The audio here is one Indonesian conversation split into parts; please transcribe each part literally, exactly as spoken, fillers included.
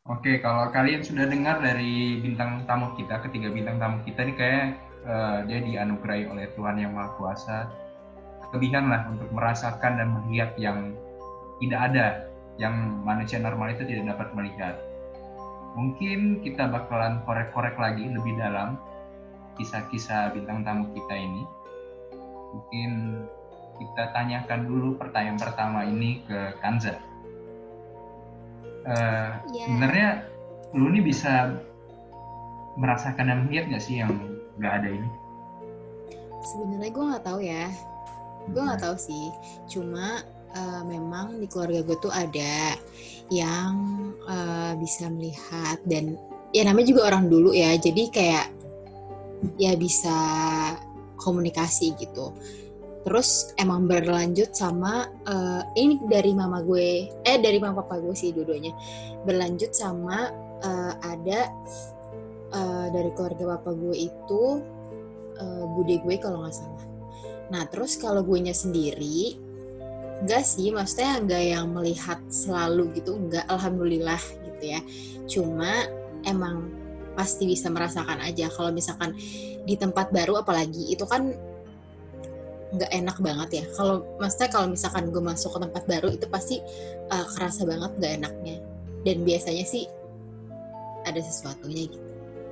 Oke, kalau kalian sudah dengar dari bintang tamu kita, ketiga bintang tamu kita ini kayak uh, dia dianugerahi oleh Tuhan Yang Maha Kuasa kelebihan lah untuk merasakan dan melihat yang tidak ada, yang manusia normal itu tidak dapat melihat. Mungkin kita bakalan korek-korek lagi lebih dalam kisah-kisah bintang tamu kita ini. Mungkin kita tanyakan dulu pertanyaan pertama ini ke Kanza. Uh, yeah. Sebenarnya lu nih bisa merasakan dan melihat nggak sih yang nggak ada ini? Sebenarnya gue nggak tahu ya, gue nggak tahu sih. Cuma uh, memang di keluarga gue tuh ada yang uh, bisa melihat, dan ya namanya juga orang dulu ya, jadi kayak ya bisa komunikasi gitu. Terus emang berlanjut sama uh, ini dari mama gue, eh dari mama papa gue sih dua-duanya. Berlanjut sama uh, ada uh, dari keluarga papa gue itu uh, bude gue kalau nggak salah. Nah terus kalau gue nya sendiri, enggak sih, maksudnya enggak yang melihat selalu gitu, enggak, alhamdulillah gitu ya. Cuma emang pasti bisa merasakan aja. Kalau misalkan di tempat baru apalagi, itu kan nggak enak banget ya. Kalau maksudnya kalau misalkan gue masuk ke tempat baru itu pasti uh, kerasa banget nggak enaknya. Dan biasanya sih ada sesuatunya gitu.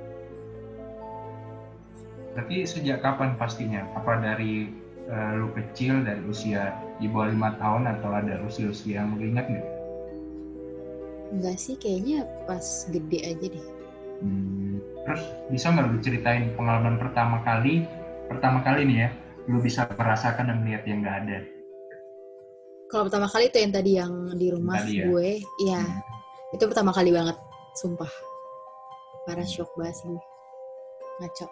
Berarti sejak kapan pastinya? Apa dari uh, lu kecil, dari usia di bawah lima tahun, atau ada usia-usia yang lu ingat nggak? Enggak sih, kayaknya pas gede aja deh. Hmm. Terus bisa nggak lu ceritain pengalaman pertama kali, pertama kali nih ya, lu bisa merasakan dan melihat yang nggak ada? Kalau pertama kali itu yang tadi yang di rumah tadi ya? Gue, ya hmm. itu pertama kali banget, sumpah. Parah, shock banget sih gue. Ngaco.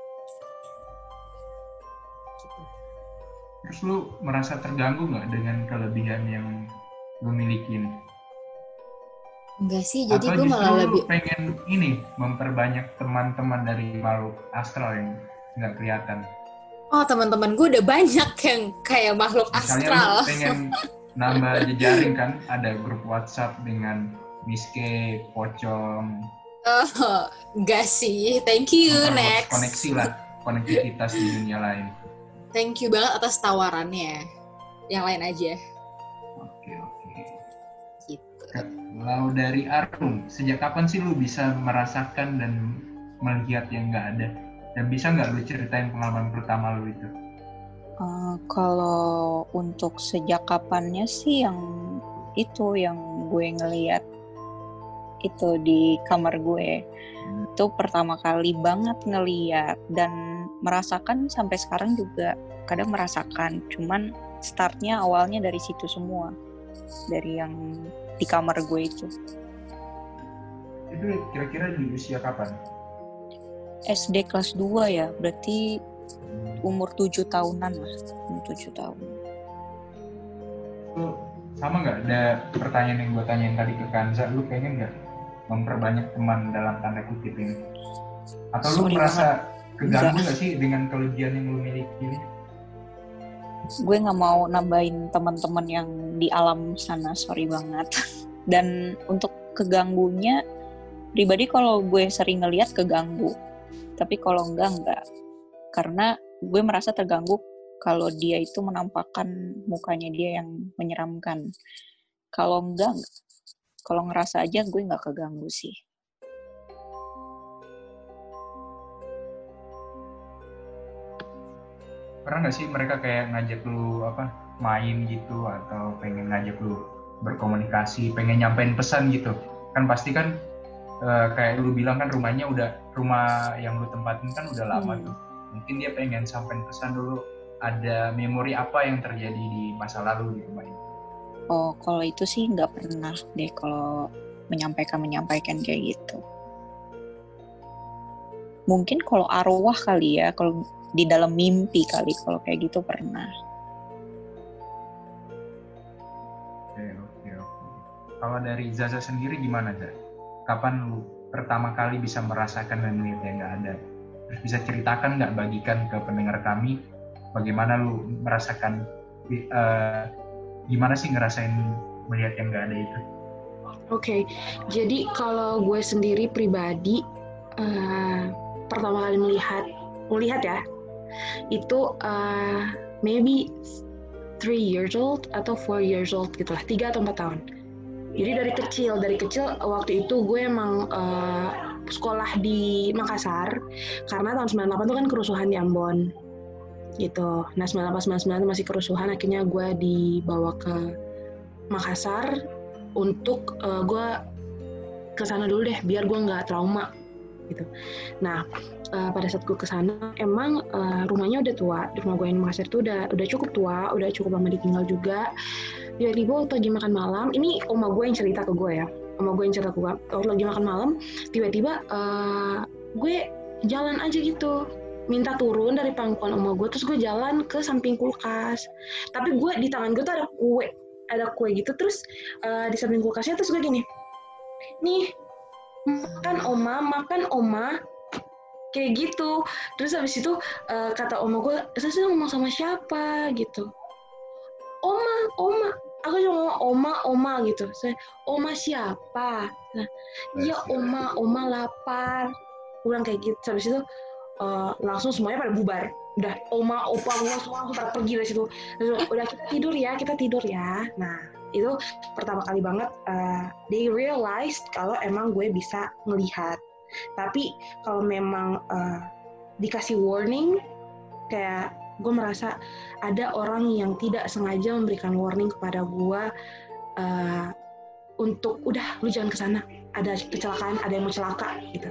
Gitu. Terus lu merasa terganggu nggak dengan kelebihan yang lu milikin? Enggak sih, jadi gue malah lebih pengen ini memperbanyak teman-teman dari makhluk astral yang nggak kelihatan. Oh, teman-teman gue udah banyak yang kayak makhluk Misalnya astral. Lu pengen nambah jejaring kan, ada grup WhatsApp dengan Miske, Pocong. Oh, enggak sih. Thank you, next. Koneksi lah, konektivitas di dunia lain. Thank you banget atas tawarannya. Yang lain aja. Oke, oke. Gitu. Kalau dari Arum, sejak kapan sih lu bisa merasakan dan melihat yang nggak ada? Dan bisa nggak lu ceritain pengalaman pertama lu itu? Uh, kalau untuk sejak kapannya sih yang itu yang gue ngelihat itu di kamar gue. Hmm. Itu pertama kali banget ngelihat dan merasakan sampai sekarang juga kadang merasakan. Cuman startnya awalnya dari situ semua. Dari yang di kamar gue itu. Itu kira-kira di usia kapan? S D kelas dua ya, berarti umur tujuh tahunan lah, umur tujuh tahun. Lu sama nggak ada pertanyaan yang gue tanyain tadi ke Kanza, lu pengen nggak memperbanyak teman dalam tanda kutip ini? Atau Sorry lu merasa banget. Keganggu nggak sih dengan kelebihan yang lu miliki ini? Gue nggak mau nambahin teman-teman yang di alam sana, sorry banget. Dan untuk keganggunya, pribadi kalau gue sering ngeliat keganggu. Tapi kalau enggak, enggak. Karena gue merasa terganggu kalau dia itu menampakkan mukanya dia yang menyeramkan. Kalau enggak, enggak. Kalau ngerasa aja gue enggak keganggu sih. Pernah nggak sih mereka kayak ngajak lu apa main gitu, atau pengen ngajak lu berkomunikasi, pengen nyampein pesan gitu? Kan pasti kan Uh, kayak lu bilang kan rumahnya udah, rumah yang lu tempatin kan udah lama hmm. tuh. Mungkin dia pengen sampein pesan dulu, ada memori apa yang terjadi di masa lalu di rumah ini. Oh, kalau itu sih nggak pernah deh kalau menyampaikan-menyampaikan kayak gitu. Mungkin kalau arwah kali ya, kalau di dalam mimpi kali, kalau kayak gitu pernah. Oke, oke, oke. Kalau dari Zaza sendiri gimana, Zaza? Kapan lu pertama kali bisa merasakan dan melihat yang nggak ada? Terus bisa ceritakan nggak, bagikan ke pendengar kami bagaimana lu merasakan, uh, gimana sih ngerasain melihat yang nggak ada itu? Oke, jadi kalau gue sendiri pribadi uh, pertama kali melihat, melihat ya, itu uh, maybe three years old atau four years old gitulah, tiga atau empat tahun. Jadi dari kecil, dari kecil waktu itu gue emang uh, sekolah di Makassar karena tahun sembilan puluh delapan itu kan kerusuhan di Ambon gitu. Nah sembilan puluh delapan sembilan puluh sembilan itu masih kerusuhan, akhirnya gue dibawa ke Makassar untuk uh, gue kesana dulu deh biar gue nggak trauma gitu. Nah uh, pada saat gue kesana emang uh, rumahnya udah tua, di rumah gue yang di Makassar itu udah udah cukup tua, udah cukup lama ditinggal juga. Tiba-tiba waktu lagi makan malam, ini oma gue yang cerita ke gue ya, oma gue yang cerita ke gue, waktu lagi makan malam, tiba-tiba uh, gue jalan aja gitu, minta turun dari pangkuan oma gue, terus gue jalan ke samping kulkas, tapi gue di tangan gue tuh ada kue, ada kue gitu, terus uh, di samping kulkasnya, terus gue gini, nih, makan oma, makan oma, kayak gitu, terus habis itu uh, kata oma gue, saya ngomong sama siapa gitu, oma, oma, aku cuma ngomong oma, oma gitu. Saya, oma siapa? Nah, iya oma, oma lapar. Gue bilang kayak gitu. Habis itu uh, langsung semuanya pada bubar. Udah oma, opa, gue semua langsung pada pergi dari situ. Terus, udah kita tidur ya, kita tidur ya. Nah, itu pertama kali banget uh, they realized kalau emang gue bisa ngelihat. Tapi kalau memang uh, dikasih warning, kayak gue merasa ada orang yang tidak sengaja memberikan warning kepada gue uh, untuk udah lu jangan kesana, ada kecelakaan, ada yang mau celaka gitu.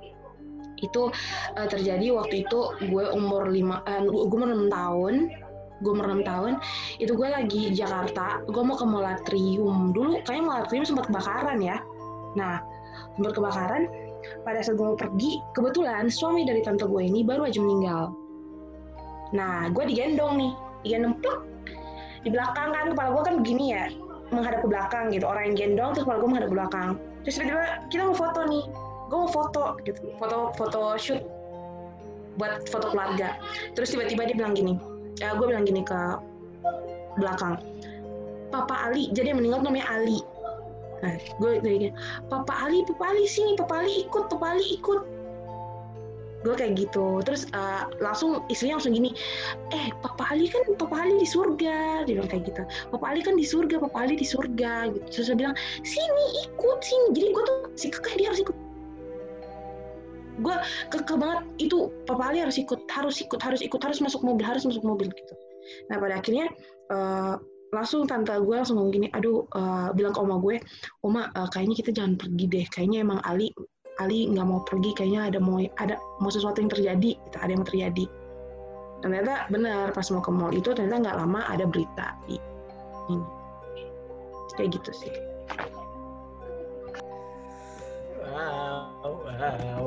Itu uh, terjadi waktu itu gue umur lima, uh, gue umur enam tahun, gue umur enam tahun, itu gue lagi di Jakarta, gue mau ke Monatrium dulu, kayaknya Monatrium sempat kebakaran ya. Nah sempat kebakaran, pada saat gue mau pergi, kebetulan suami dari tante gue ini baru aja meninggal. Nah, gue digendong nih, digendong pluk. Di belakang kan, kepala gue kan begini ya, menghadap ke belakang gitu. Orang yang gendong, terus kepala gue menghadap ke belakang. Terus tiba-tiba, kita mau foto nih. Gue mau foto gitu, foto foto shoot buat foto keluarga. Terus tiba-tiba dia bilang gini, ya, gue bilang gini ke belakang, Papa Ali, jadi yang meninggal namanya Ali. Nah, gue kayak gini, Papa Ali, Papa Ali sini, Papa Ali ikut, Papa Ali ikut. Gue kayak gitu, terus uh, langsung istrinya langsung gini, eh Papa Ali kan, Papa Ali di surga, dia bilang kayak gitu, Papa Ali kan di surga, Papa Ali di surga, gitu. Terus saya bilang, sini ikut sini, jadi gue tuh si kekeh dia harus ikut, gue kekeh banget itu, Papa Ali harus ikut, harus ikut, harus ikut, harus masuk mobil, harus masuk mobil gitu. Nah pada akhirnya uh, langsung tante gue langsung ngomong gini, aduh uh, bilang ke oma gue, oma uh, kayaknya kita jangan pergi deh, kayaknya emang Ali Ali nggak mau pergi, kayaknya ada mau ada mau sesuatu yang terjadi, gitu, ada yang terjadi. Ternyata benar, pas mau ke mall itu ternyata nggak lama ada berita di ini, kayak gitu sih. Wow, wow.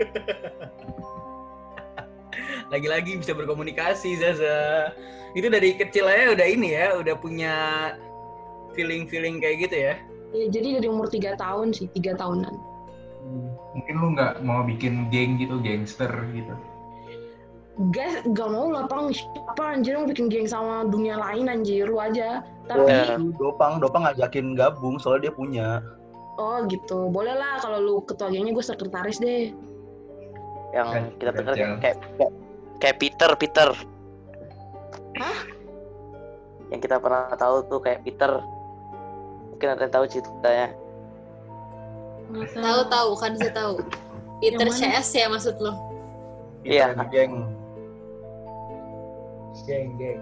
Lagi-lagi bisa berkomunikasi, Zaza. Itu dari kecil aja udah ini ya, udah punya feeling-feeling kayak gitu ya? Ya jadi dari umur tiga tahun sih, tiga tahunan. Mungkin lu nggak mau bikin geng gitu, gangster gitu? Guys, gak mau lah, Pang. Siapa anjir mau bikin geng sama dunia lain, anjir, lu aja. Tapi yeah. Dopang, Dopang ngajakin gabung soalnya dia punya. Oh gitu, boleh lah kalau lu ketua gengnya, gue sekretaris deh. Yang kan, kita dengar kayak, kayak kayak Peter, Peter. Hah? Yang kita pernah tahu tuh kayak Peter. Mungkin ada yang tahu ceritanya. Tahu tahu kan saya tahu. Peter C S ya maksud lo? Iya, geng. Geng, geng.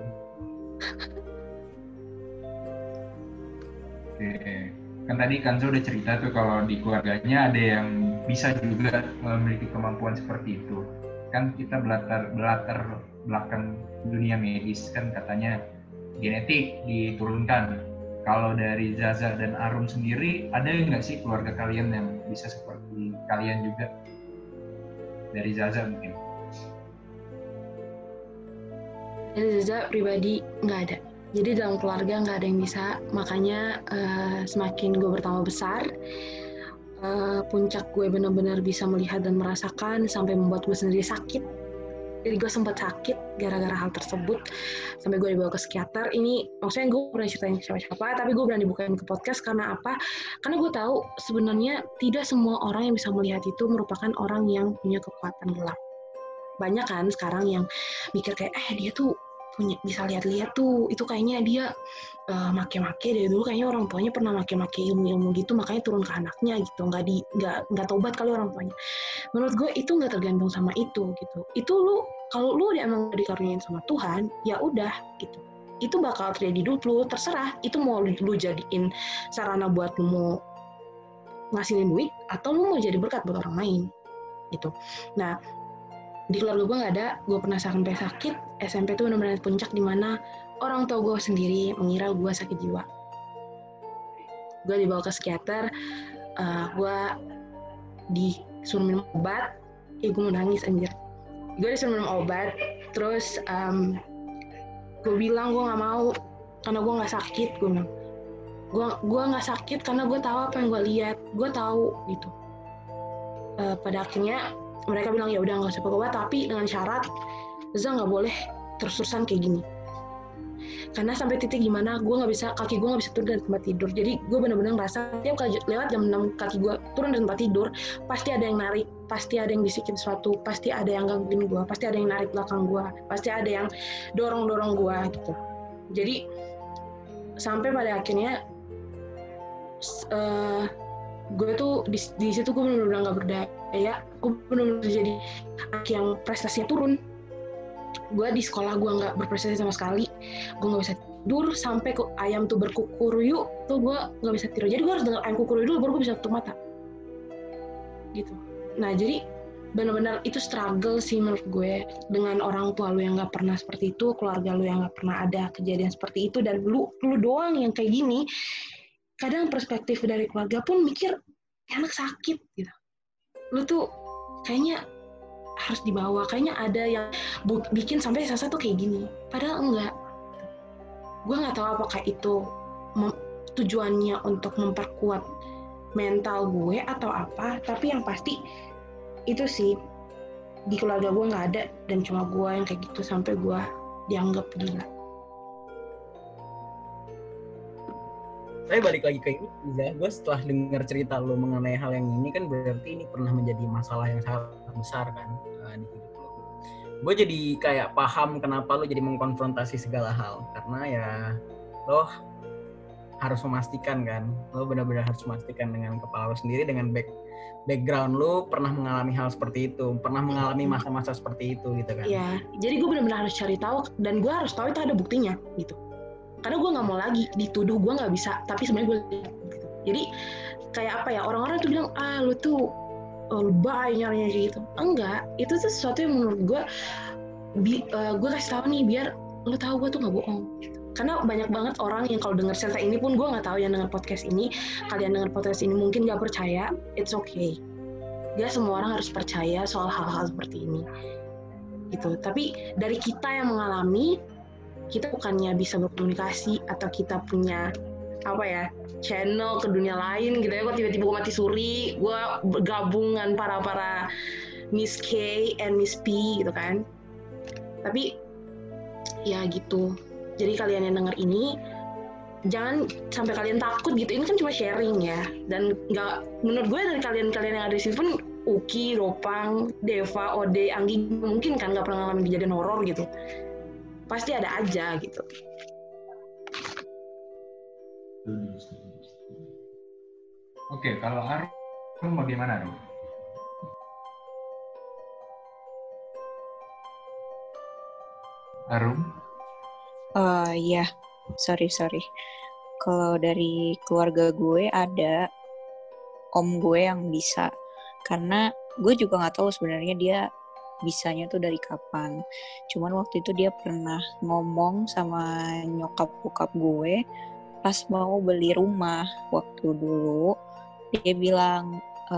Oke. Kan tadi Kanzo udah cerita tuh kalau di keluarganya ada yang bisa juga memiliki kemampuan seperti itu. Kan kita belatar belatar belakang dunia medis kan katanya genetik diturunkan. Kalau dari Zaza dan Arum sendiri, ada nggak sih keluarga kalian yang bisa seperti kalian juga? Dari Zaza mungkin. Dari Zaza pribadi nggak ada. Jadi dalam keluarga nggak ada yang bisa. Makanya uh, semakin gue bertambah besar, uh, puncak gue benar-benar bisa melihat dan merasakan sampai membuat gue sendiri sakit. Jadi gue sempat sakit gara-gara hal tersebut sampai gue dibawa ke psikiater. Ini maksudnya gue pernah ceritain ke siapa-siapa, tapi gue berani bukain ke podcast karena apa? Karena gue tahu sebenarnya tidak semua orang yang bisa melihat itu merupakan orang yang punya kekuatan gelap. Banyak kan sekarang yang mikir kayak eh dia tuh punya bisa lihat-lihat tuh, itu kayaknya dia uh, make-make dari dulu, kayaknya orang tuanya pernah make-make ilmu-ilmu gitu makanya turun ke anaknya gitu, nggak di nggak nggak tobat kali orang tuanya. Menurut gue itu nggak tergantung sama itu gitu. Itu lu kalau lu udah emang dikaruniain sama Tuhan, ya udah gitu. Itu bakal terjadi di hidup lu, terserah. Itu mau lu, lu jadiin sarana buat lu mau ngasilin duit atau lu mau jadi berkat buat orang lain gitu. Nah, di keluarga gue nggak ada, gue pernah sampai sakit. S M P itu benar-benar puncak di mana orang tua gue sendiri mengira gue sakit jiwa. Gue dibawa ke psikiater, uh, gue disuruh minum obat, ya gue mau nangis anjir. Gue disuruh minum obat, terus um, gue bilang gue nggak mau karena gue nggak sakit, gue bilang gue gue nggak sakit karena gue tahu apa yang gue lihat, gue tahu gitu. Uh, pada akhirnya mereka bilang ya udah nggak usah pakai obat, tapi dengan syarat Zah nggak boleh terus-terusan kayak gini. Karena sampai titik gimana gue nggak bisa, kaki gue nggak bisa turun dari tempat tidur. Jadi gue benar-benar ngerasa tiap kali lewat jam enam kaki gue turun dari tempat tidur, pasti ada yang narik, pasti ada yang bisikin sesuatu, pasti ada yang gangguin gue, pasti ada yang narik belakang gue, pasti ada yang dorong-dorong gue gitu. Jadi sampai pada akhirnya uh, gue tuh di, di situ gue benar-benar nggak berdaya, gue benar-benar jadi anak yang prestasinya turun. Gue di sekolah gue nggak berprestasi sama sekali, gue nggak bisa tidur sampai ke ayam tuh berkukuruyuk tuh gue nggak bisa tidur. Jadi gue harus dengar ayam kukuruyuk dulu baru gue bisa tutup mata gitu. Nah jadi benar-benar itu struggle sih menurut gue dengan orang tua lu yang nggak pernah seperti itu, keluarga lu yang nggak pernah ada kejadian seperti itu, dan lu lu doang yang kayak gini. Kadang perspektif dari keluarga pun mikir anak sakit gitu, lu tuh kayaknya harus dibawa, kayaknya ada yang bu- bikin sampai Sasa tuh kayak gini, padahal enggak. Gue nggak tahu apakah itu mem- tujuannya untuk memperkuat mental gue atau apa, tapi yang pasti itu sih di keluarga gue nggak ada, dan cuma gue yang kayak gitu sampai gue dianggap gila. Tapi balik lagi ke ini, Iza, gue setelah dengar cerita lo mengenai hal yang ini kan berarti ini pernah menjadi masalah yang sangat besar kan uh, di hidup lo. Gue jadi kayak paham kenapa lo jadi mengkonfrontasi segala hal, karena ya lo harus memastikan kan, lo benar-benar harus memastikan dengan kepala lo sendiri, dengan back, background lo pernah mengalami hal seperti itu, pernah mengalami masa-masa seperti itu gitu kan. Iya, jadi gue benar-benar harus cari tahu, dan gue harus tahu itu ada buktinya gitu. Karena gue nggak mau lagi dituduh gue nggak bisa, tapi sebenarnya gue lihat gitu. Jadi kayak apa ya, orang-orang tuh bilang ah lu tuh oh, lebay nyarinya kayak gitu. Enggak, itu tuh sesuatu yang menurut gue bi- uh, gue kasih tahu nih biar lu tahu gue tuh nggak bohong. Karena banyak banget orang yang kalau dengar cerita ini pun, gue nggak tahu yang dengar podcast ini, kalian dengar podcast ini mungkin nggak percaya, it's okay. Gak semua orang harus percaya soal hal-hal seperti ini gitu. Tapi dari kita yang mengalami, kita bukannya bisa berkomunikasi atau kita punya apa ya channel ke dunia lain gitu ya. Gue tiba-tiba gue mati suri, gue gabungan para para Miss K and Miss P gitu kan. Tapi ya gitu. Jadi kalian yang dengar ini jangan sampai kalian takut gitu. Ini kan cuma sharing ya. Dan nggak, menurut gue dari kalian-kalian yang ada di sini pun Uki, Ropang, Deva, Ode, Anggi mungkin kan nggak pernah ngalamin kejadian horor gitu. Pasti ada aja gitu. Oke, kalau Arum bagaimana, Arum? Arum? Uh, ya, sorry sorry. Kalau dari keluarga gue ada om gue yang bisa, karena gue juga nggak tahu sebenarnya dia bisanya tuh dari kapan. Cuman waktu itu dia pernah ngomong sama nyokap bokap gue pas mau beli rumah waktu dulu. Dia bilang, e,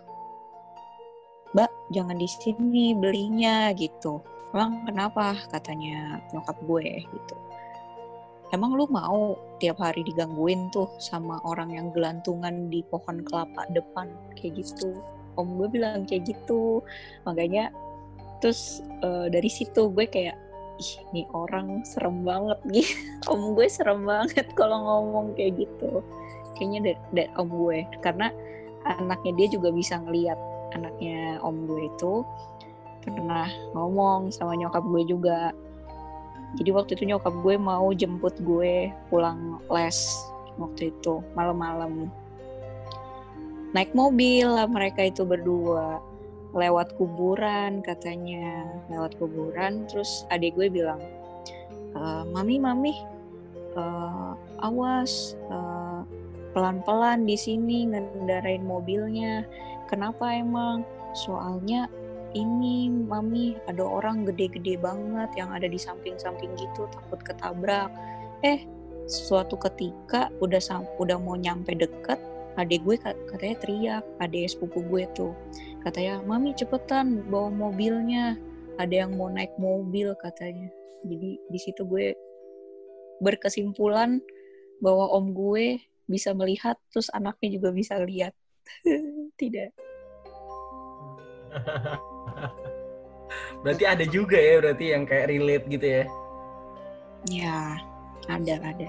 Mbak jangan di sini belinya gitu. Emang kenapa? Katanya nyokap gue gitu. Emang lu mau tiap hari digangguin tuh sama orang yang gelantungan di pohon kelapa depan kayak gitu? Om gue bilang kayak gitu. Makanya Terus uh, dari situ gue kayak, ih nih orang serem banget gitu. Om gue serem banget kalau ngomong kayak gitu. Kayaknya dari, dari om gue, karena anaknya dia juga bisa ngelihat. Anaknya om gue itu pernah ngomong sama nyokap gue juga. Jadi waktu itu nyokap gue mau jemput gue pulang les waktu itu malam-malam. Naik mobil lah mereka itu berdua. Lewat kuburan katanya, lewat kuburan. Terus adik gue bilang, e, mami mami uh, awas uh, pelan-pelan di sini ngendarain mobilnya. Kenapa emang? Soalnya ini mami ada orang gede-gede banget yang ada di samping-samping gitu, takut ketabrak. Eh suatu ketika udah udah mau nyampe deket, adik gue katanya teriak, adik sepupu gue tuh katanya, mami cepetan bawa mobilnya, ada yang mau naik mobil katanya. Jadi di situ gue berkesimpulan bahwa om gue bisa melihat, terus anaknya juga bisa lihat. Tidak. Berarti ada juga ya, berarti yang kayak relate gitu ya? Ya, ada ada.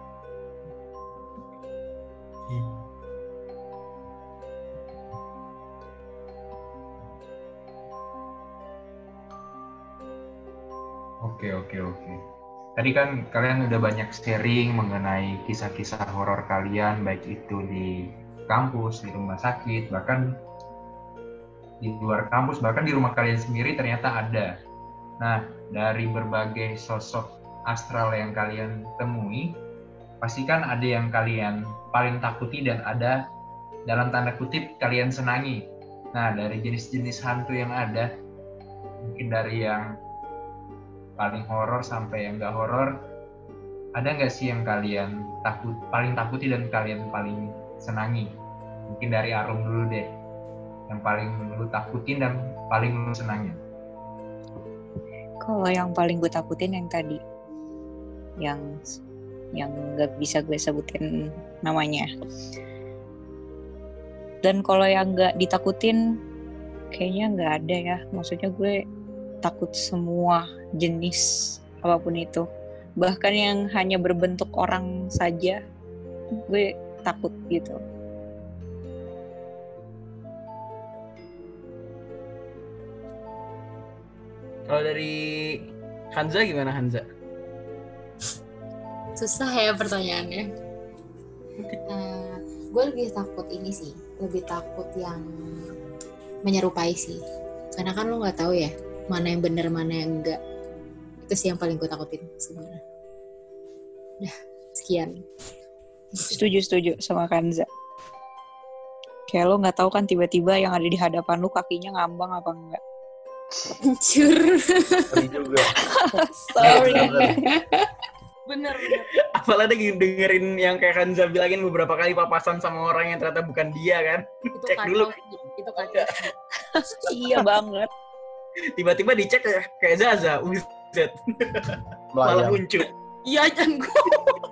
Oke, oke, oke. Tadi kan kalian udah banyak sharing mengenai kisah-kisah horor kalian, baik itu di kampus, di rumah sakit, bahkan di luar kampus, bahkan di rumah kalian sendiri ternyata ada. Nah, dari berbagai sosok astral yang kalian temui, pasti kan ada yang kalian paling takuti dan ada dalam tanda kutip kalian senangi. Nah, dari jenis-jenis hantu yang ada, mungkin dari yang paling horor sampai yang nggak horor, ada nggak sih yang kalian takut, paling takuti dan kalian paling senangi? Mungkin dari Arum dulu deh, yang paling lu takutin dan paling lu senangin. Kalau yang paling gue takutin yang tadi, yang yang nggak bisa gue sebutin namanya. Dan kalau yang nggak ditakutin, kayaknya nggak ada ya. Maksudnya gue takut semua jenis apapun itu, bahkan yang hanya berbentuk orang saja gue takut gitu. Kalau dari Hanza gimana, Hanza? Susah ya pertanyaannya. uh, gue lebih takut ini sih, lebih takut yang menyerupai sih, karena kan lo nggak tahu ya mana yang benar mana yang enggak. Itu sih yang paling gue takutin sebenarnya. Dah, sekian. Setuju setuju sama Kanza. Kayak lo nggak tahu kan tiba-tiba yang ada di hadapan lo kakinya ngambang apa enggak. Hancur. Sorry juga. Sorry. Bener. Apalagi dengerin yang kayak Hanza bilangin beberapa kali papasan sama orang yang ternyata bukan dia kan. Itu Cek kacau, dulu. Itu kacau. Iya banget. Tiba-tiba dicek ya, kayak Zaza, uset. Malah muncul. Iya, jangan gue.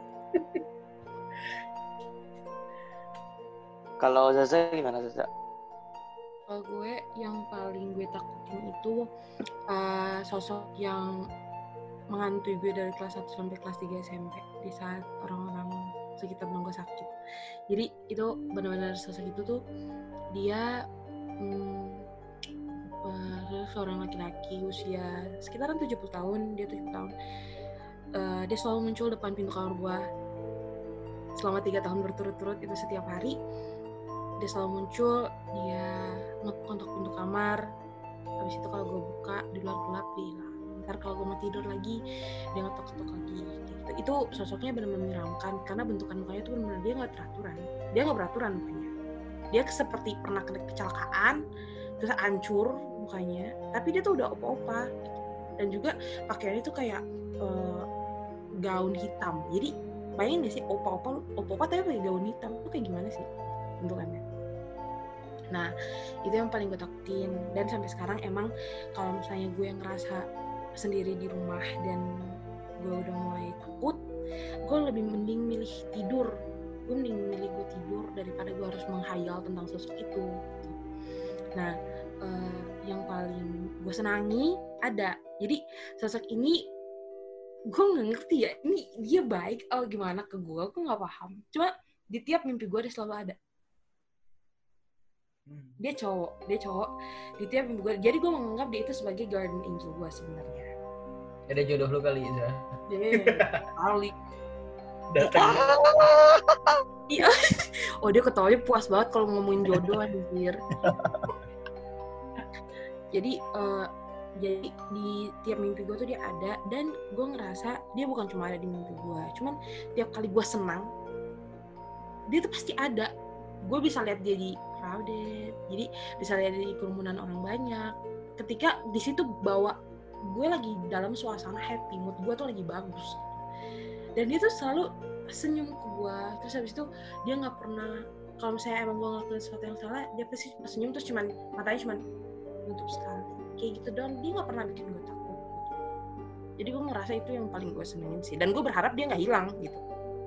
Kalau Zaza gimana, Zaza? Kalau gue yang paling gue takutin itu uh, sosok yang menghantui gue dari kelas satu sampai kelas tiga S M P di saat orang-orang sekitar bilang gue sakit. Jadi itu benar-benar sosok itu tuh dia hmm, uh, seorang laki-laki usia sekitaran tujuh puluh tahun, dia tujuh puluh tahun. Uh, dia selalu muncul depan pintu kamar gue selama tiga tahun berturut-turut, itu setiap hari dia selalu muncul, dia ngekontak pintu kamar. Habis itu kalau gue buka di luar gelap dia hilang. Ntar kalau gue mau tidur lagi dia ngetok-ketok lagi gitu. Itu sosoknya benar-benar menyeramkan karena bentukan mukanya itu benar-benar dia nggak teraturan. Dia nggak beraturan mukanya. Dia seperti pernah kena kecelakaan terus hancur mukanya, tapi dia tuh udah opa-opa gitu. Dan juga pakaiannya tuh kayak uh, gaun hitam. Jadi bayangin gak sih opa-opa lu, opa-opa tapi pakai gaun hitam, itu kayak gimana sih bentukannya? Nah, itu yang paling gue takutin. Dan sampai sekarang emang kalau misalnya gue ngerasa sendiri di rumah dan gue udah mulai takut, gue lebih mending milih tidur. Gue mending milih gue tidur daripada gue harus menghayal tentang sosok itu. Nah, uh, yang paling gue senangi ada. Jadi sosok ini gue nggak ngerti ya, ini dia baik atau gimana ke gue, gue nggak paham. Cuma di tiap mimpi gue dia selalu ada. Dia cowok, dia cowok di tiap mimpi gue. Jadi gue menganggap dia itu sebagai guardian angel gue sebenarnya. Ada jodoh lu kali ya? Dia kali. Datang. Iya. Oh dia ketawanya puas banget kalau ngomongin jodoh anjir. Jadi uh, jadi di tiap mimpi gue tuh dia ada, dan gue ngerasa dia bukan cuma ada di mimpi gue, cuman tiap kali gue senang dia tuh pasti ada. Gue bisa lihat dia di crowded, jadi bisa lihat dia di kerumunan orang banyak. Ketika di situ bawa gue lagi dalam suasana happy, mood gue tuh lagi bagus, dan dia tuh selalu senyum ke gue. Terus habis itu dia nggak pernah, kalau misalnya emang gue ngelakuin sesuatu yang salah, dia pasti senyum terus cuman matanya cuman nutup sekali kayak gitu doang. Dia nggak pernah bikin gue takut gitu. Jadi gue ngerasa itu yang paling gue senengin sih, dan gue berharap dia nggak hilang gitu.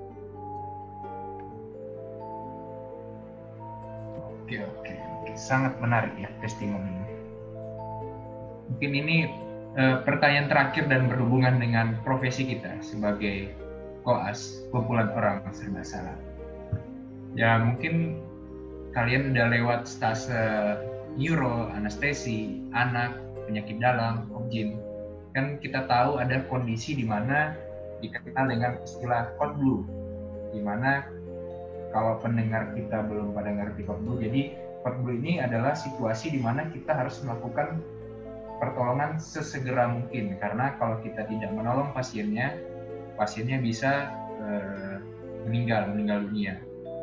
Oke oke oke, sangat menarik ya testimoninya. Mungkin ini uh, pertanyaan terakhir dan berhubungan dengan profesi kita sebagai koas, kumpulan orang serba salah. Ya mungkin kalian udah lewat stase neuro, anestesi, anak, penyakit dalam, objin. Kan kita tahu ada kondisi di mana dikenal dengan istilah code blue, di mana kalau pendengar kita belum pada ngerti code blue, jadi code blue ini adalah situasi di mana kita harus melakukan pertolongan sesegera mungkin, karena kalau kita tidak menolong pasiennya, pasiennya bisa eh, meninggal, meninggal dunia.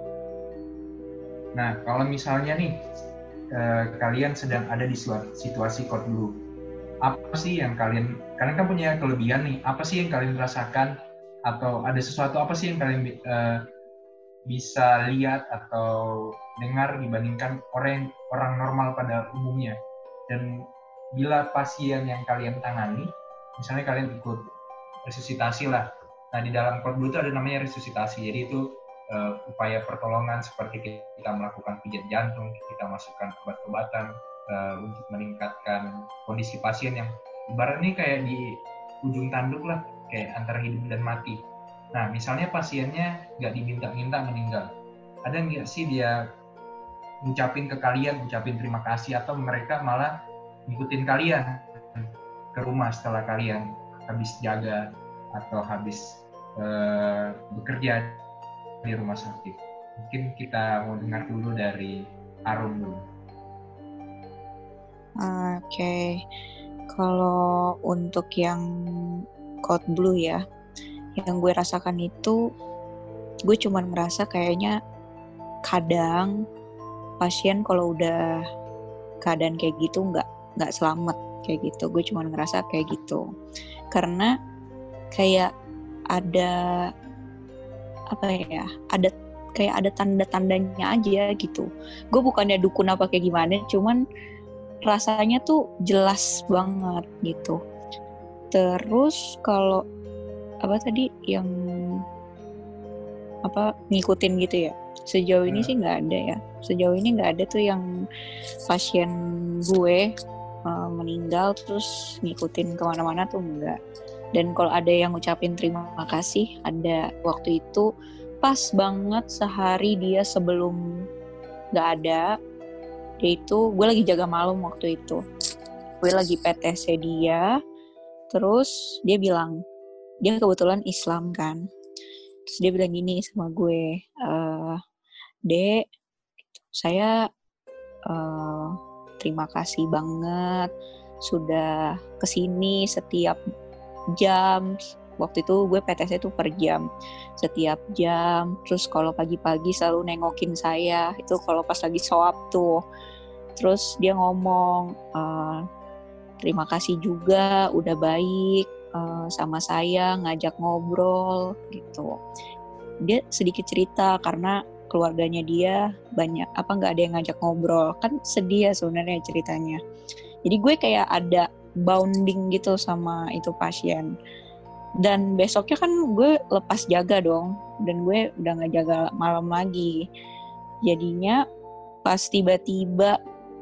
Nah, kalau misalnya nih eh, kalian sedang ada di situasi code blue, apa sih yang kalian, kalian kan punya kelebihan nih, apa sih yang kalian rasakan, atau ada sesuatu apa sih yang kalian eh, bisa lihat atau dengar dibandingkan orang orang normal pada umumnya? Dan bila pasien yang kalian tangani, misalnya kalian ikut resusitasi lah, nah di dalam code blue itu ada namanya resusitasi, jadi itu uh, upaya pertolongan seperti kita melakukan pijat jantung, kita masukkan obat-obatan uh, untuk meningkatkan kondisi pasien yang ibaratnya kayak di ujung tanduk lah, kayak antara hidup dan mati. Nah, misalnya pasiennya nggak diminta-minta meninggal, ada nggak sih dia ngucapin ke kalian, ngucapin terima kasih, atau mereka malah ngikutin kalian ke rumah setelah kalian habis jaga atau habis uh, bekerja di rumah sakit? Mungkin kita mau dengar dulu dari Arum dulu. Oke, okay. Kalau untuk yang code blue ya, yang gue rasakan itu, gue cuman ngerasa kayaknya kadang pasien kalau udah keadaan kayak gitu nggak nggak selamat kayak gitu. Gue cuman ngerasa kayak gitu, karena kayak ada apa ya, ada kayak ada tanda-tandanya aja gitu. Gue bukannya dukun apa kayak gimana, cuman rasanya tuh jelas banget gitu. Terus kalau apa tadi yang apa ngikutin gitu ya, sejauh ini sih nggak ada ya. Sejauh ini nggak ada tuh yang pasien gue uh, meninggal terus ngikutin kemana-mana tuh enggak. Dan kalau ada yang ngucapin terima kasih, ada waktu itu pas banget sehari dia sebelum nggak ada, dia itu gue lagi jaga malam waktu itu, gue lagi P T C dia, terus dia bilang, dia kebetulan Islam kan, terus dia bilang gini sama gue, e, Dek, saya uh, terima kasih banget sudah kesini setiap jam. Waktu itu gue P T C tuh per jam, setiap jam. Terus kalau pagi-pagi selalu nengokin saya, itu kalau pas lagi sholat tuh. Terus dia ngomong, e, terima kasih juga udah baik uh, sama saya, ngajak ngobrol gitu. Dia sedikit cerita karena keluarganya dia banyak apa nggak ada yang ngajak ngobrol, kan sedih ya sebenarnya ceritanya. Jadi gue kayak ada bonding gitu sama itu pasien. Dan besoknya kan gue lepas jaga dong, dan gue udah nggak jaga malam lagi. Jadinya pas tiba-tiba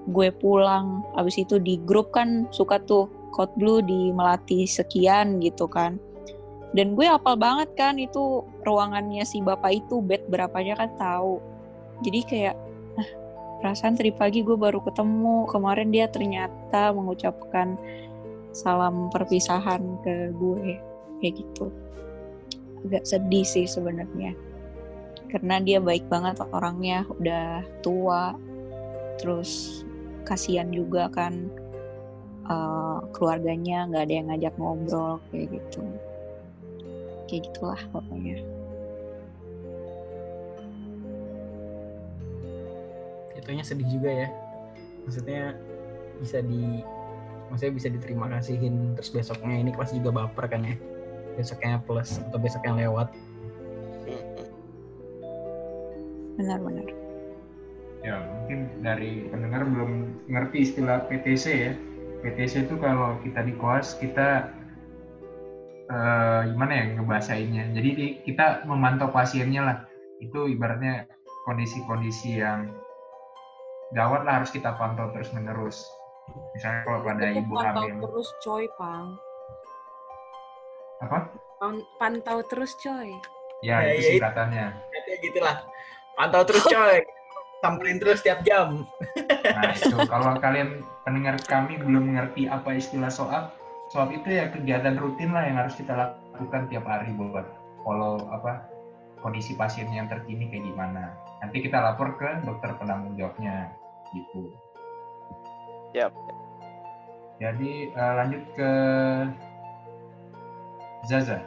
gue pulang, abis itu di grup kan suka tuh Code Blue di Melati sekian gitu kan. Dan gue hafal banget kan itu ruangannya si bapak itu, bed berapanya kan tahu. Jadi kayak, ah, perasaan tadi pagi gue baru ketemu, kemarin dia ternyata mengucapkan salam perpisahan ke gue, kayak gitu. Agak sedih sih sebenarnya. Karena dia baik banget orangnya, udah tua, terus kasihan juga kan uh, keluarganya nggak ada yang ngajak ngobrol kayak gitu, kayak gitulah pokoknya. Itunya sedih juga ya, maksudnya bisa di, maksudnya bisa diterima kasihin, terus besoknya ini pasti juga baper kan ya, besoknya plus atau besoknya lewat. Benar-benar. Ya mungkin dari pendengar belum ngerti istilah P T C ya. P T C itu kalau kita di koas kita eh, gimana ya ngebahasainnya. Jadi di, kita memantau pasiennya lah. Itu ibaratnya kondisi-kondisi yang gawat lah harus kita pantau terus menerus. Misalnya kalau pada Itu ibu pantau hamil. terus coy, Pang. Apa? Pantau terus coy. Ya, Ya, itu ya, singkatannya. Kayak gitulah. Pantau terus coy. Samperin terus tiap jam. Nah itu kalau kalian pendengar kami belum mengerti apa istilah soap, soap itu ya kegiatan rutin lah yang harus kita lakukan tiap hari buat follow apa kondisi pasiennya yang terkini kayak gimana. Nanti kita lapor ke dokter penanggung jawabnya gitu. Yap. Jadi uh, lanjut ke Zaza.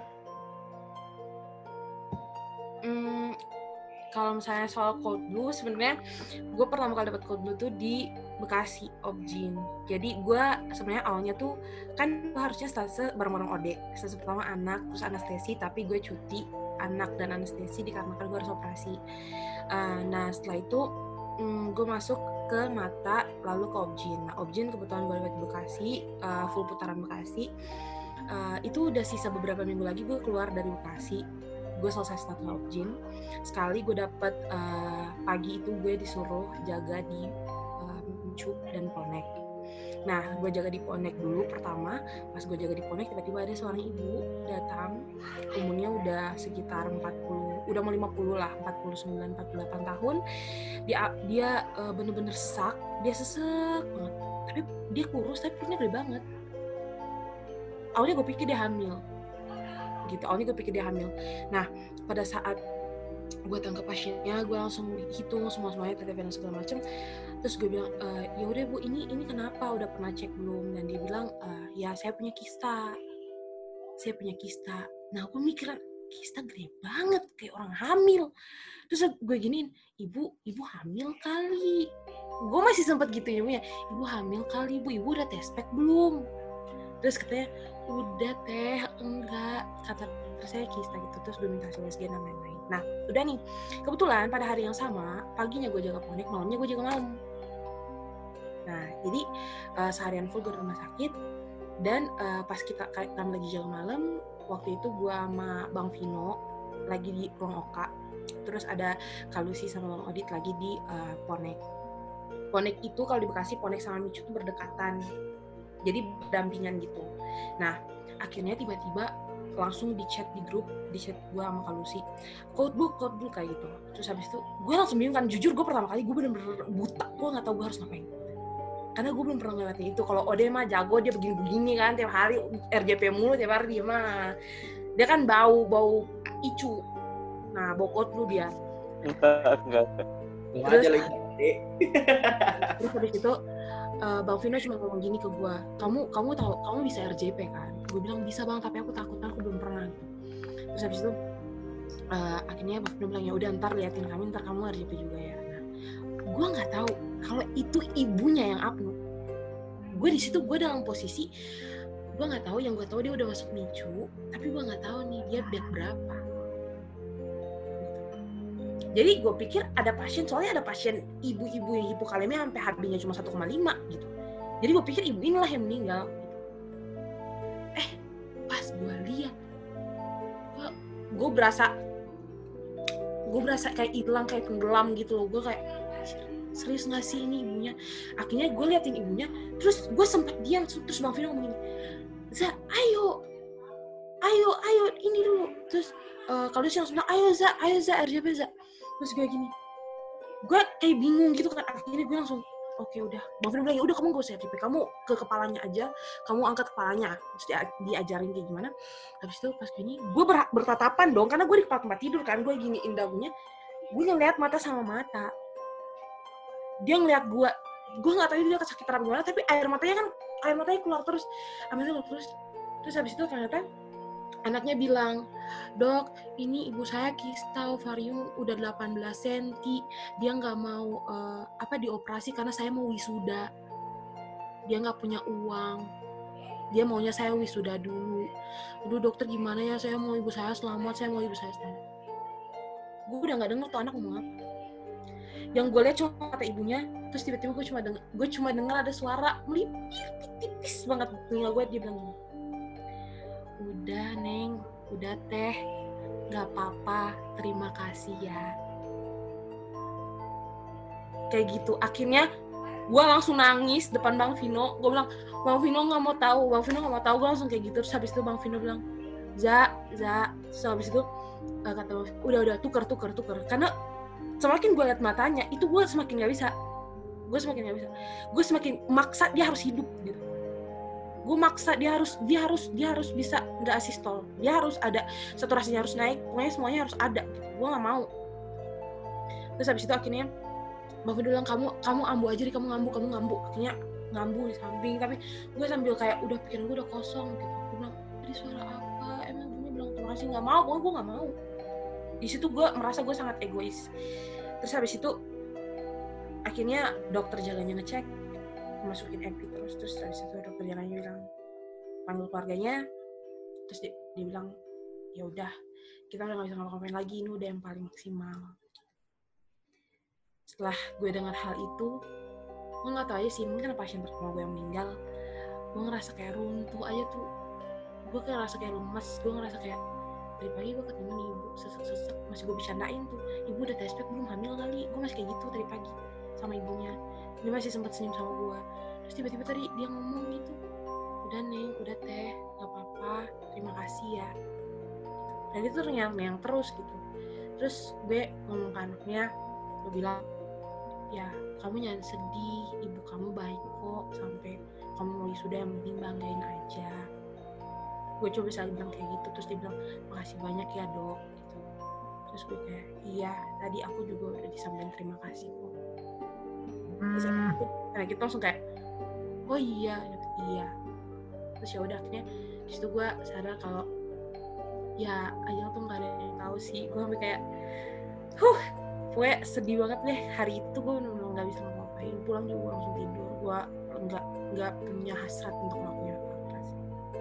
Hmm, kalau misalnya soal Code Blue, sebenarnya gue pertama kali dapat Code Blue tuh di Bekasi, Objin. Jadi gue sebenarnya awalnya tuh kan gue harusnya stase bareng-bareng O D. Stase pertama anak, terus anestesi, tapi gue cuti anak dan anestesi dikarenakan gue harus operasi. Uh, nah setelah itu um, gue masuk ke mata, lalu ke Objin. Nah Objin kebetulan gue dapat di Bekasi, uh, full putaran Bekasi. Uh, itu udah sisa beberapa minggu lagi gue keluar dari Bekasi. Gue selesai status Objin. Sekali gue dapet uh, pagi itu gue disuruh jaga di uh, Mincu dan Ponek. Nah gue jaga di Ponek dulu pertama. Pas gue jaga di Ponek tiba-tiba ada seorang ibu datang, umurnya udah sekitar empat puluh, udah mau lima puluh lah, empat puluh sembilan empat puluh delapan tahun. Dia dia uh, bener-bener sesak, dia sesek banget. Tapi dia kurus tapi perutnya gede banget. Awalnya gue pikir dia hamil. Gitu, awalnya gue pikir dia hamil. Nah, pada saat gue tangkap pasiennya, gue langsung hitung semua-semuanya, T T V dan segala macam. Terus gue bilang, e, ya udah bu, ini ini kenapa? Udah pernah cek belum? Dan dia bilang, e, ya saya punya kista, saya punya kista. Nah, gue mikir kista gede banget, kayak orang hamil. Terus gue giniin, ibu, ibu hamil kali. Gue masih sempet gitu ya, ibu hamil kali, bu, ibu udah tes pack belum? Terus katanya, udah teh, enggak, kata saya kista gitu. Terus gue minta hasil U S G dan lain-lain. Nah udah nih, kebetulan pada hari yang sama, paginya gue jaga Ponek, malamnya gue jaga malam. Nah jadi uh, seharian full gue di rumah sakit. Dan uh, pas kita kami lagi jaga malam, waktu itu gue sama Bang Vino lagi di ruang Oka. Terus ada Kak Lucy sama Bang Odit lagi di uh, Ponek. Ponek itu kalau di Bekasi, Ponek sama Micu itu berdekatan, jadi berdampingan gitu. Nah akhirnya tiba-tiba langsung di chat di grup, di chat gue sama Kak Lucy, code book, code book kayak gitu. Terus habis itu gue langsung bingung kan, jujur gue pertama kali gue bener-bener buta, gue nggak tahu gue harus ngapain. Karena gue belum pernah ngeliatin itu. Kalau Ode mah jago, dia begini-begini kan tiap hari R J P mulu tiap hari dia mah. Dia kan bau bau icu. Nah bau code book dia. Enggak, enggak. Terus, terus habis itu Uh, Bang Vino cuma ngomong gini ke gue, kamu kamu tahu kamu bisa R J P kan? Gue bilang bisa bang, tapi aku takut, aku belum pernah gitu. Terus habis itu uh, akhirnya Bang Vino bilang ya udah ntar liatin kami, ntar kamu R J P juga ya. Nah, gue nggak tahu kalau itu ibunya yang apnu. Gue di situ gue dalam posisi gue nggak tahu, yang gue tahu dia udah masuk Micu, tapi gue nggak tahu nih dia bed berapa. Jadi gue pikir ada pasien, soalnya ada pasien ibu-ibu yang hipokalemia sampai H B-nya cuma satu koma lima gitu. Jadi gue pikir ibu inilah yang meninggal. Eh, pas gue lihat, gue, gue berasa, gue berasa kayak hilang, kayak tenggelam gitu loh. Gue kayak, serius nggak sih ini ibunya. Akhirnya gue liatin ibunya, terus gue sempat diam, terus Bang Vino ngomong gini, Za, ayo ayo ayo ini dulu. Terus uh, kalau dia langsung bilang, ayo Za, ayo Za, R J P Za. Terus gue gini, gue kayak bingung gitu kan. Akhirnya gue langsung, oke okay, udah. Bang Vino bilang, ya udah kamu gak usah R J P, kamu ke kepalanya aja, kamu angkat kepalanya, terus dia, diajarin kayak gimana. Habis itu pas gini, gue ber- bertatapan dong, karena gue di kepala tempat tidur kan, gue giniin dagunya, gue ngeliat mata sama mata. Dia ngeliat gue, gue nggak tahu dia kesakitan apa gimana, tapi air matanya kan, air matanya keluar terus, air matanya keluar terus. Terus habis itu ternyata anaknya bilang, dok, ini ibu saya kista ovarium udah delapan belas sentimeter, dia nggak mau uh, apa dioperasi karena saya mau wisuda, dia nggak punya uang, dia maunya saya wisuda dulu. Aduh dokter gimana ya, saya mau ibu saya selamat, saya mau ibu saya selamat. Gue udah nggak denger tuh anak ngomong apa. Yang gue lihat cuma kata ibunya, terus tiba-tiba gue cuma denger, gue cuma denger ada suara melipir tipis banget telinga gue, dia bilang gini, udah Neng, udah Teh, gak apa-apa, terima kasih ya. Kayak gitu. Akhirnya gue langsung nangis depan Bang Vino. Gue bilang, Bang Vino gak mau tahu, Bang Vino gak mau tahu. Gue langsung kayak gitu. Terus habis itu Bang Vino bilang, Za, Za. Terus habis itu uh, kata Bang Vino, udah, udah, tuker, tuker, tuker. Karena semakin gue liat matanya, itu gue semakin gak bisa. Gue semakin gak bisa. Gue semakin maksa dia harus hidup gitu. Gue maksa dia harus dia harus dia harus bisa nggak asistol, dia harus ada saturasinya harus naik, pokoknya semuanya harus ada gitu. Gue nggak mau. Terus habis itu akhirnya Bang Vino bilang, kamu kamu ambu aja deh, kamu ngambu kamu ngambu akhirnya ngambu di samping, tapi gue sambil kayak udah pikiran gue udah kosong gitu. Gue bilang, tadi suara apa, emang ibunya bilang terima kasih, nggak mau, pokoknya gue nggak mau. Di situ gue merasa gue sangat egois. Terus habis itu akhirnya dokter jalannya ngecek, masukin epi terus, terus habis itu dokter jalannya bilang, panggil keluarganya, terus dia, dia bilang, ya udah kita udah nggak bisa ngapa-ngapain lagi, ini udah yang paling maksimal. Setelah gue dengar hal itu, gue nggak tahu aja sih, mungkin pasien pertama gue yang meninggal, gue ngerasa kayak runtuh aja tuh, gue kayak ngerasa kayak lemas, gue ngerasa kayak dari pagi gue ketemu nih ibu sesek-sesek, masih gue bercandain tuh, ibu udah tes pack belum, hamil kali, gue masih kayak gitu tadi pagi sama ibunya, dia masih sempat senyum sama gue. Terus tiba-tiba tadi dia ngomong gitu, udah Neng, udah Teh, gak apa-apa, terima kasih ya. Dan itu terngiang-ngiang terus gitu. Terus gue ngomong ke anaknya, gue bilang, ya kamu jangan sedih, ibu kamu baik kok, sampai kamu mau wisuda yang penting banggain aja. Gue coba bisa bilang kayak gitu, terus dia bilang, makasih banyak ya dok gitu. Terus gue kayak, iya tadi aku juga udah disampaikan terima kasih kok. Terus aku, nah kita langsung kayak, oh iya, iya. Terus ya udah akhirnya di situ gue sadar kalau ya Ayel tuh nggak ada yang tahu sih. Gue sampai kayak, huh, gue sedih banget deh hari itu. Gue benar-benar nggak bisa ngapain. Pulang juga gue langsung tidur. Gue nggak nggak punya hasrat untuk ngelakuin apa-apa sih.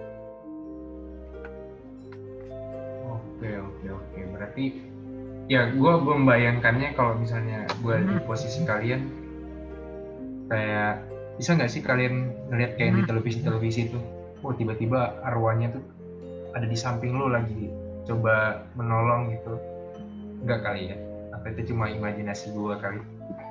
Oke oke oke. Berarti ya gue gue membayangkannya kalau misalnya gue di posisi kalian, kayak bisa nggak sih kalian ngeliat kayak di televisi-televisi itu, oh tiba-tiba arwahnya tuh ada di samping lo lagi coba menolong gitu? Enggak kali ya? Apa itu cuma imajinasi gue kali?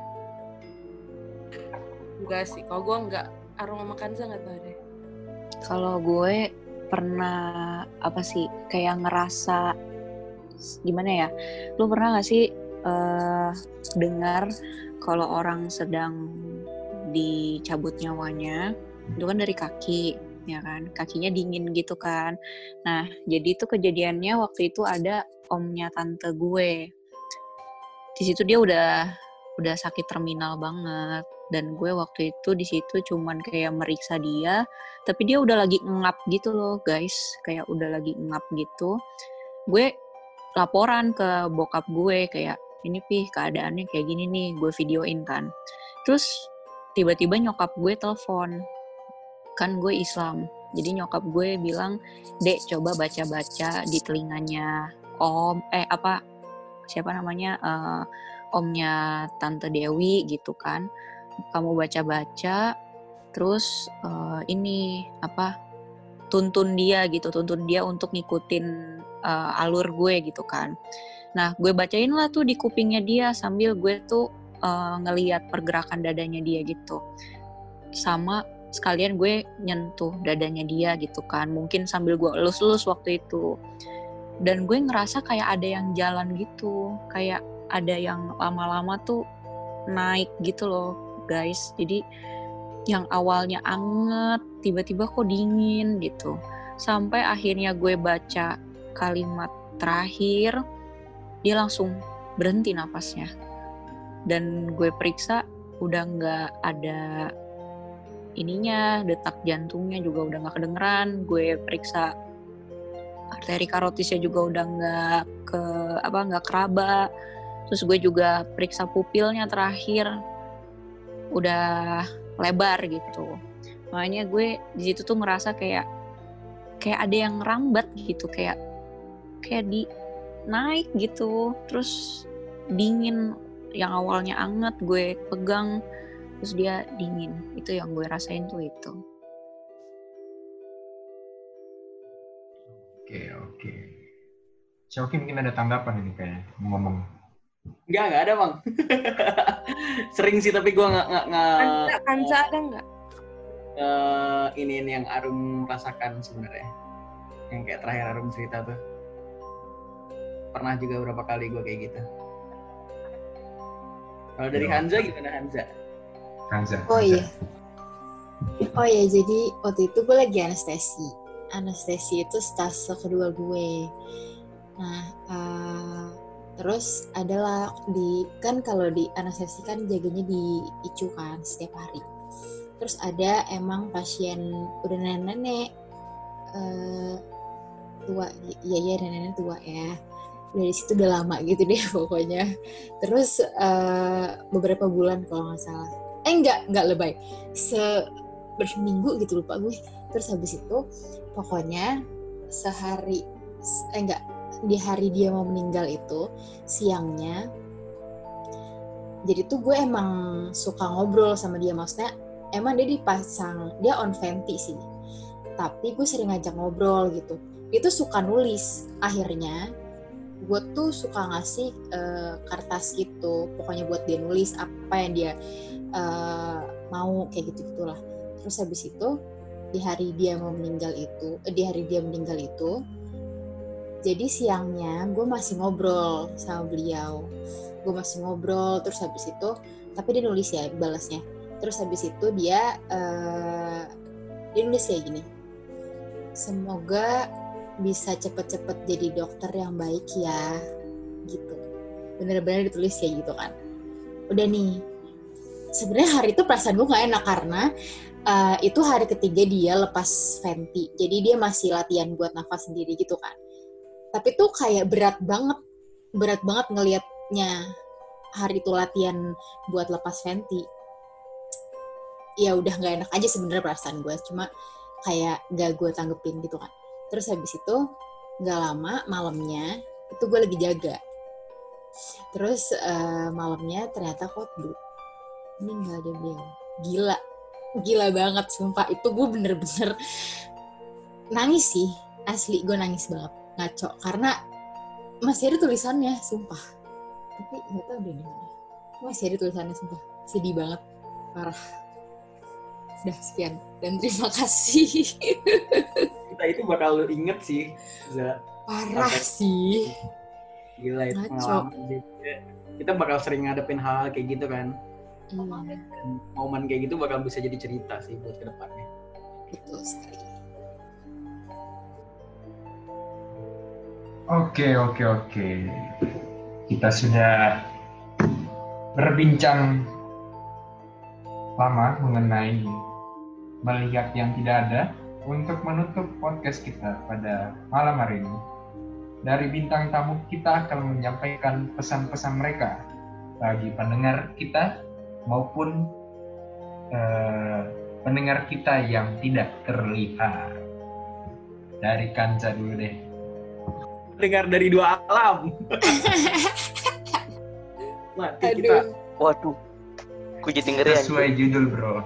Enggak sih, kalau gue enggak. Aroma Kanza nggak tahu deh. Kalau gue pernah apa sih, kayak ngerasa gimana ya? Lu pernah nggak sih uh, dengar kalau orang sedang dicabut nyawanya itu kan dari kaki, ya kan, kakinya dingin gitu kan. Nah jadi itu kejadiannya waktu itu ada omnya tante gue. Di situ dia udah udah sakit terminal banget, dan gue waktu itu di situ cuman kayak meriksa dia, tapi dia udah lagi ngap gitu loh guys, kayak udah lagi ngap gitu. Gue laporan ke bokap gue kayak, ini Pih keadaannya kayak gini nih, gue videoin kan. Terus tiba-tiba nyokap gue telepon, kan gue Islam, jadi nyokap gue bilang, Dek coba baca-baca di telinganya om, eh apa, siapa namanya, uh, omnya Tante Dewi gitu kan, kamu baca-baca, terus uh, ini apa, tuntun dia gitu, tuntun dia untuk ngikutin uh, alur gue gitu kan. Nah gue bacain lah tuh di kupingnya dia sambil gue tuh uh, ngelihat pergerakan dadanya dia gitu. Sama sekalian gue nyentuh dadanya dia gitu kan, mungkin sambil gue elus-elus waktu itu. Dan gue ngerasa kayak ada yang jalan gitu, kayak ada yang lama-lama tuh naik gitu loh guys. Jadi yang awalnya anget tiba-tiba kok dingin gitu, sampai akhirnya gue baca kalimat terakhir dia langsung berhenti napasnya. Dan gue periksa udah nggak ada ininya, detak jantungnya juga udah nggak kedengeran. Gue periksa arteri karotisnya juga udah nggak ke apa nggak keraba. Terus gue juga periksa pupilnya terakhir udah lebar gitu. Makanya gue di situ tuh ngerasa kayak kayak ada yang ngerambat gitu, kayak kayak di naik gitu, terus dingin. Yang awalnya anget gue pegang terus dia dingin. Itu yang gue rasain tuh itu. Oke, oke. Syauki mungkin ada tanggapan ini kayaknya ngomong. Enggak, enggak ada bang. Sering sih tapi gue nggak nggak nggak. Kanza ada nggak? Uh, ini ini yang Arum rasakan sebenarnya. Yang kayak terakhir Arum cerita tuh. Pernah juga beberapa kali gue kayak gitu. Kalau dari Hanza gimana Hanza? Hanza. Oh iya. Oh iya, jadi waktu itu gue lagi anestesi. Anestesi itu stase kedua gue. Nah, uh, terus adalah di kan kalau di anestesi kan jaganya di I C U kan setiap hari. Terus ada emang pasien udah nenek-nenek uh, tua, iya iya nenek-nenek tua ya. Dari situ udah lama gitu deh pokoknya. Terus uh, beberapa bulan kalau nggak salah. Eh enggak, enggak lebay. Se berminggu gitu lupa gue. Terus habis itu pokoknya sehari eh enggak di hari dia mau meninggal itu siangnya. Jadi tuh gue emang suka ngobrol sama dia, maksudnya emang dia dipasang, dia on venti sih. Tapi gue sering ngajak ngobrol gitu. Dia tuh suka nulis. Akhirnya gue tuh suka ngasih uh, kertas gitu, pokoknya buat dia nulis apa yang dia uh, mau kayak gitu-gitulah. Terus habis itu di hari dia mau meninggal itu, eh, di hari dia meninggal itu, jadi siangnya gue masih ngobrol sama beliau, gue masih ngobrol. Terus habis itu, tapi dia nulis ya balasnya. Terus habis itu dia uh, dia nulis kayak gini, semoga bisa cepet-cepet jadi dokter yang baik ya, gitu. Bener-bener ditulis kayak gitu kan. Udah nih, sebenarnya hari itu perasaan gue nggak enak karena uh, itu hari ketiga dia lepas venti, jadi dia masih latihan buat nafas sendiri gitu kan. Tapi tuh kayak berat banget, berat banget ngelihatnya hari itu latihan buat lepas venti. Ya udah nggak enak aja sebenarnya perasaan gue, cuma kayak gak gue tanggepin gitu kan. Terus habis itu gak lama malamnya itu gue lagi jaga. Terus uh, malamnya ternyata khotbah. Ini gak ada beliau. Gila. Gila banget sumpah. Itu gue bener-bener nangis sih. Asli gue nangis banget. Ngaco. Karena masih ada tulisannya sumpah. Tapi gak tau deh dimana. Masih ada tulisannya sumpah. Sedih banget. Parah. Udah sekian. Dan terima kasih. Kita itu bakal lu inget sih, Za. Parah Sampai sih. Gila itu pengalaman. Kita bakal sering ngadepin hal kayak gitu kan. Iya. Dan momen kayak gitu bakal bisa jadi cerita sih buat kedepannya. Betul sekali. Oke, oke, oke. Kita sudah berbincang lama mengenai melihat yang tidak ada. Untuk menutup podcast kita pada malam hari ini, dari bintang tamu kita akan menyampaikan pesan-pesan mereka bagi pendengar kita maupun eh, pendengar kita yang tidak terlihat. Dari Kanza dulu deh. Dengar dari dua alam. Mati kita. Waduh, aku jadi ngeri. Sesuai judul bro.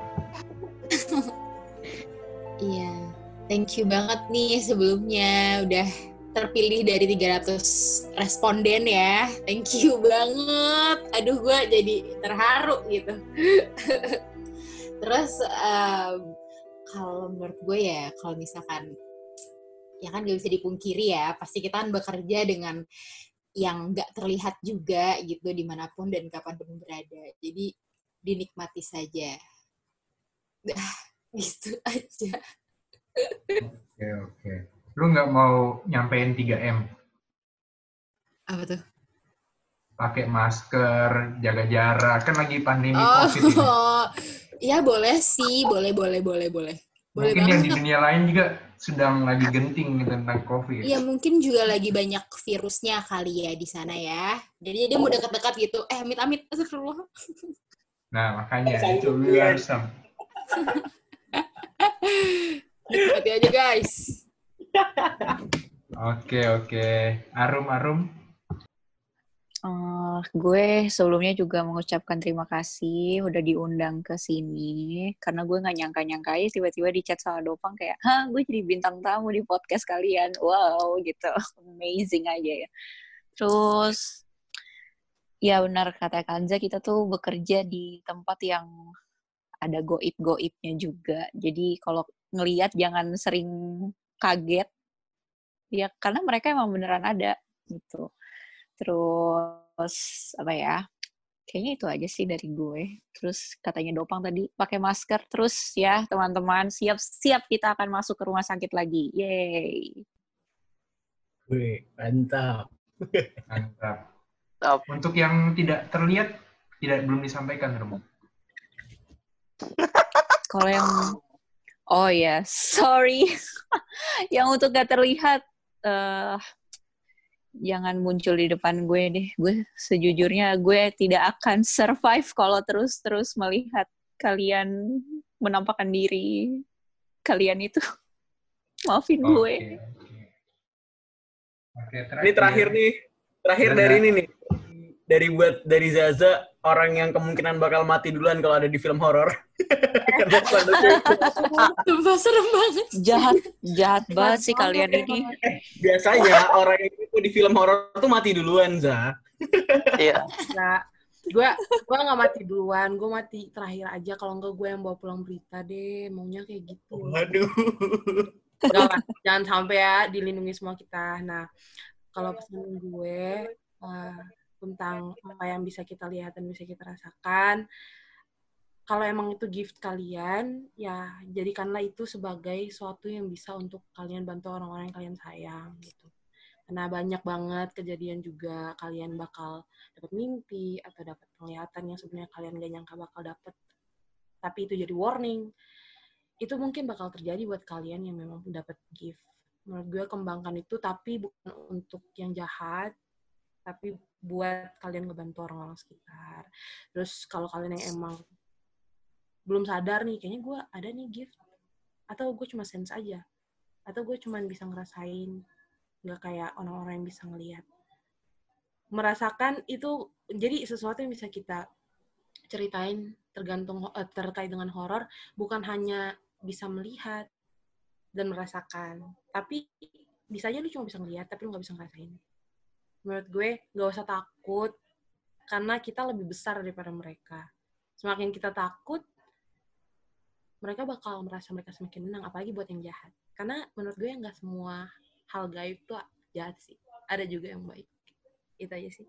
Iya, thank you banget nih sebelumnya udah terpilih dari tiga ratus responden ya. Thank you banget. Aduh, gue jadi terharu gitu. Terus um, kalau menurut gue ya, kalau misalkan ya kan gak bisa dipungkiri ya, pasti kita kan bekerja dengan yang gak terlihat juga gitu dimanapun dan kapanpun berada. Jadi dinikmati saja. Dah, gitu aja. Oke, oke. Lu nggak mau nyampein tiga M? Apa tuh? Pakai masker, jaga jarak, kan lagi pandemi Oh, COVID ini. ya boleh sih, boleh, boleh, boleh, boleh. Boleh Mungkin yang di banget. dunia lain juga sedang lagi genting tentang COVID. Iya, mungkin juga lagi banyak virusnya kali ya di sana ya. Jadi dia mau dekat-dekat gitu. Eh, amit-amit. Astagfirullah. Nah, makanya itu lu harus sam- Nikmati aja, guys. Oke, oke. Arum, Arum. Uh, gue sebelumnya juga mengucapkan terima kasih udah diundang ke sini karena gue nggak nyangka-nyangka aja tiba-tiba di chat sama Dopang kayak, hah gue jadi bintang tamu di podcast kalian, wow gitu, amazing aja ya. Terus ya benar kata Kanza, kita tuh bekerja di tempat yang ada goib-goibnya juga, jadi kalau ngelihat jangan sering kaget ya karena mereka emang beneran ada gitu. Terus apa ya? Kayaknya itu aja sih dari gue. Terus katanya Dopang tadi pakai masker terus ya teman-teman, siap-siap kita akan masuk ke rumah sakit lagi. Yeay. Wih, mantap. Mantap. Mantap. Untuk yang tidak terlihat, tidak belum disampaikan, Rum. Kalau yang oh ya, yeah. sorry. Yang untuk gak terlihat uh, jangan muncul di depan gue deh. Gue sejujurnya gue tidak akan survive kalau terus-terus melihat kalian menampakkan diri kalian itu. Maafin Oke, gue. oke. Oke, terakhir. Ini terakhir nih. Terakhir Zaza. dari ini nih. Dari buat dari Zaza, orang yang kemungkinan bakal mati duluan kalau ada di film horor. Sumpah serem banget. Jahat, jahat banget sih kalian ini. Biasanya orang yang itu di film horor tuh mati duluan, Za. Iya. Nah, gue gue nggak mati duluan, gue mati terakhir aja. Kalau enggak gue yang bawa pulang berita deh, maunya kayak gitu. Waduh. Enggak lah, jangan sampai ya, dilindungi semua kita. Nah, kalau pesan gue uh, tentang apa yang bisa kita lihat dan bisa kita rasakan, kalau emang itu gift kalian, ya jadikanlah itu sebagai sesuatu yang bisa untuk kalian bantu orang-orang yang kalian sayang gitu. Karena banyak banget kejadian juga kalian bakal dapat mimpi atau dapat penglihatan yang sebenarnya kalian gak nyangka bakal dapat. Tapi itu jadi warning. Itu mungkin bakal terjadi buat kalian yang memang dapat gift. Menurut gue kembangkan itu, tapi bukan untuk yang jahat, tapi buat kalian ngebantu orang-orang sekitar. Terus kalau kalian yang emang belum sadar nih, kayaknya gue ada nih gift, atau gue cuma sense aja, atau gue cuma bisa ngerasain, nggak kayak orang-orang yang bisa ngelihat. Merasakan itu jadi sesuatu yang bisa kita ceritain tergantung uh, terkait dengan horor, bukan hanya bisa melihat dan merasakan, tapi bisa aja lu cuma bisa ngelihat, tapi lu nggak bisa ngerasain. Menurut gue nggak usah takut, karena kita lebih besar daripada mereka. Semakin kita takut, mereka bakal merasa mereka semakin menang, apalagi buat yang jahat. Karena menurut gue nggak semua hal gaib tuh jahat sih. Ada juga yang baik. Itu aja sih.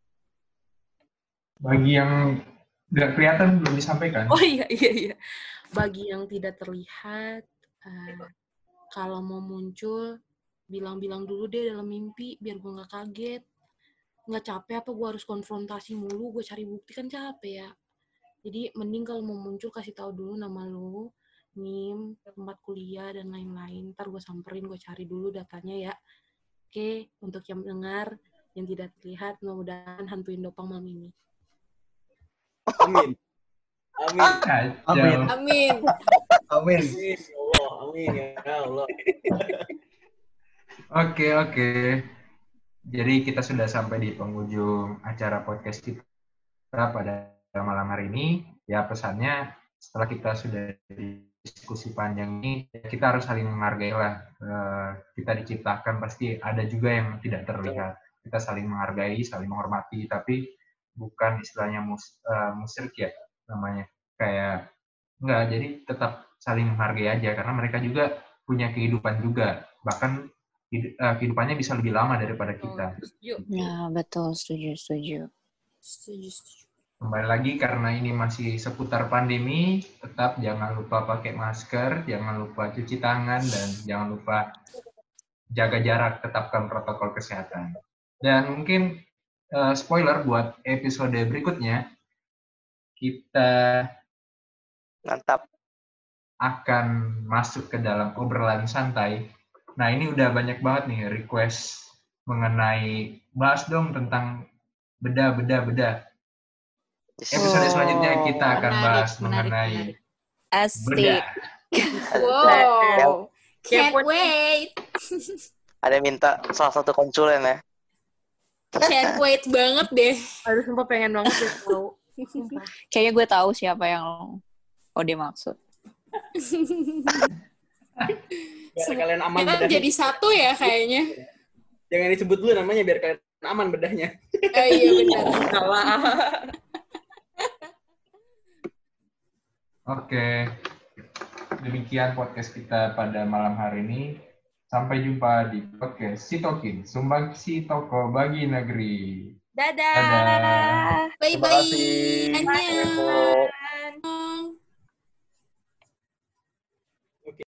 Bagi yang nggak kelihatan belum disampaikan. Oh iya, iya, iya. Bagi yang tidak terlihat, uh, kalau mau muncul, bilang-bilang dulu deh dalam mimpi, biar gue nggak kaget. Nggak capek apa gue harus konfrontasi mulu, gue cari bukti kan capek ya. Jadi mending kalau mau muncul kasih tahu dulu nama lu, N I M, tempat kuliah dan lain-lain. Ntar gue samperin, gue cari dulu datanya ya. Oke, untuk yang mendengar, yang tidak terlihat, mudah-mudahan hantuin Dopang malam ini. Amin. Amin. Amin. Amin. Amin. Ya Allah, amin ya Allah. Oke, oke. Jadi kita sudah sampai di penghujung acara podcast kita pada malam hari ini. Ya pesannya setelah kita sudah diskusi panjang ini, kita harus saling menghargai lah. Kita diciptakan pasti ada juga yang tidak terlihat. Kita saling menghargai, saling menghormati, tapi bukan istilahnya mus, uh, musyrik ya namanya. Kayak enggak, jadi tetap saling menghargai aja karena mereka juga punya kehidupan juga. Bahkan kehidupannya bisa lebih lama daripada kita. Ya, betul, setuju, setuju. Setuju, setuju. Kembali lagi karena ini masih seputar pandemi, tetap jangan lupa pakai masker, jangan lupa cuci tangan, dan jangan lupa jaga jarak, tetapkan protokol kesehatan. Dan mungkin uh, spoiler buat episode berikutnya, kita mantap akan masuk ke dalam obrolan santai. Nah ini udah banyak banget nih request mengenai bahas dong tentang beda beda beda. Episode Oh, selanjutnya kita akan menarik, bahas menarik, mengenai menarik. Asik. beda. Wow, can't wait. Ada minta salah satu konsulen ya. Can't wait banget deh. Aduh, sumpah pengen banget ya tahu. Sumpah. Kayaknya gue tahu siapa yang Ode maksud. Biar kalian aman Kita bedahnya. jadi satu ya kayaknya. Jangan disebut dulu namanya biar kalian aman bedahnya. Oh iya benar. Salah. Oke, demikian podcast kita pada malam hari ini. Sampai jumpa di podcast Sitokin, Sumbangsi Toko Bagi Negeri. Dadah. Dadah. Bye Terima bye. kasih. Annyeong. Assalamualaikum.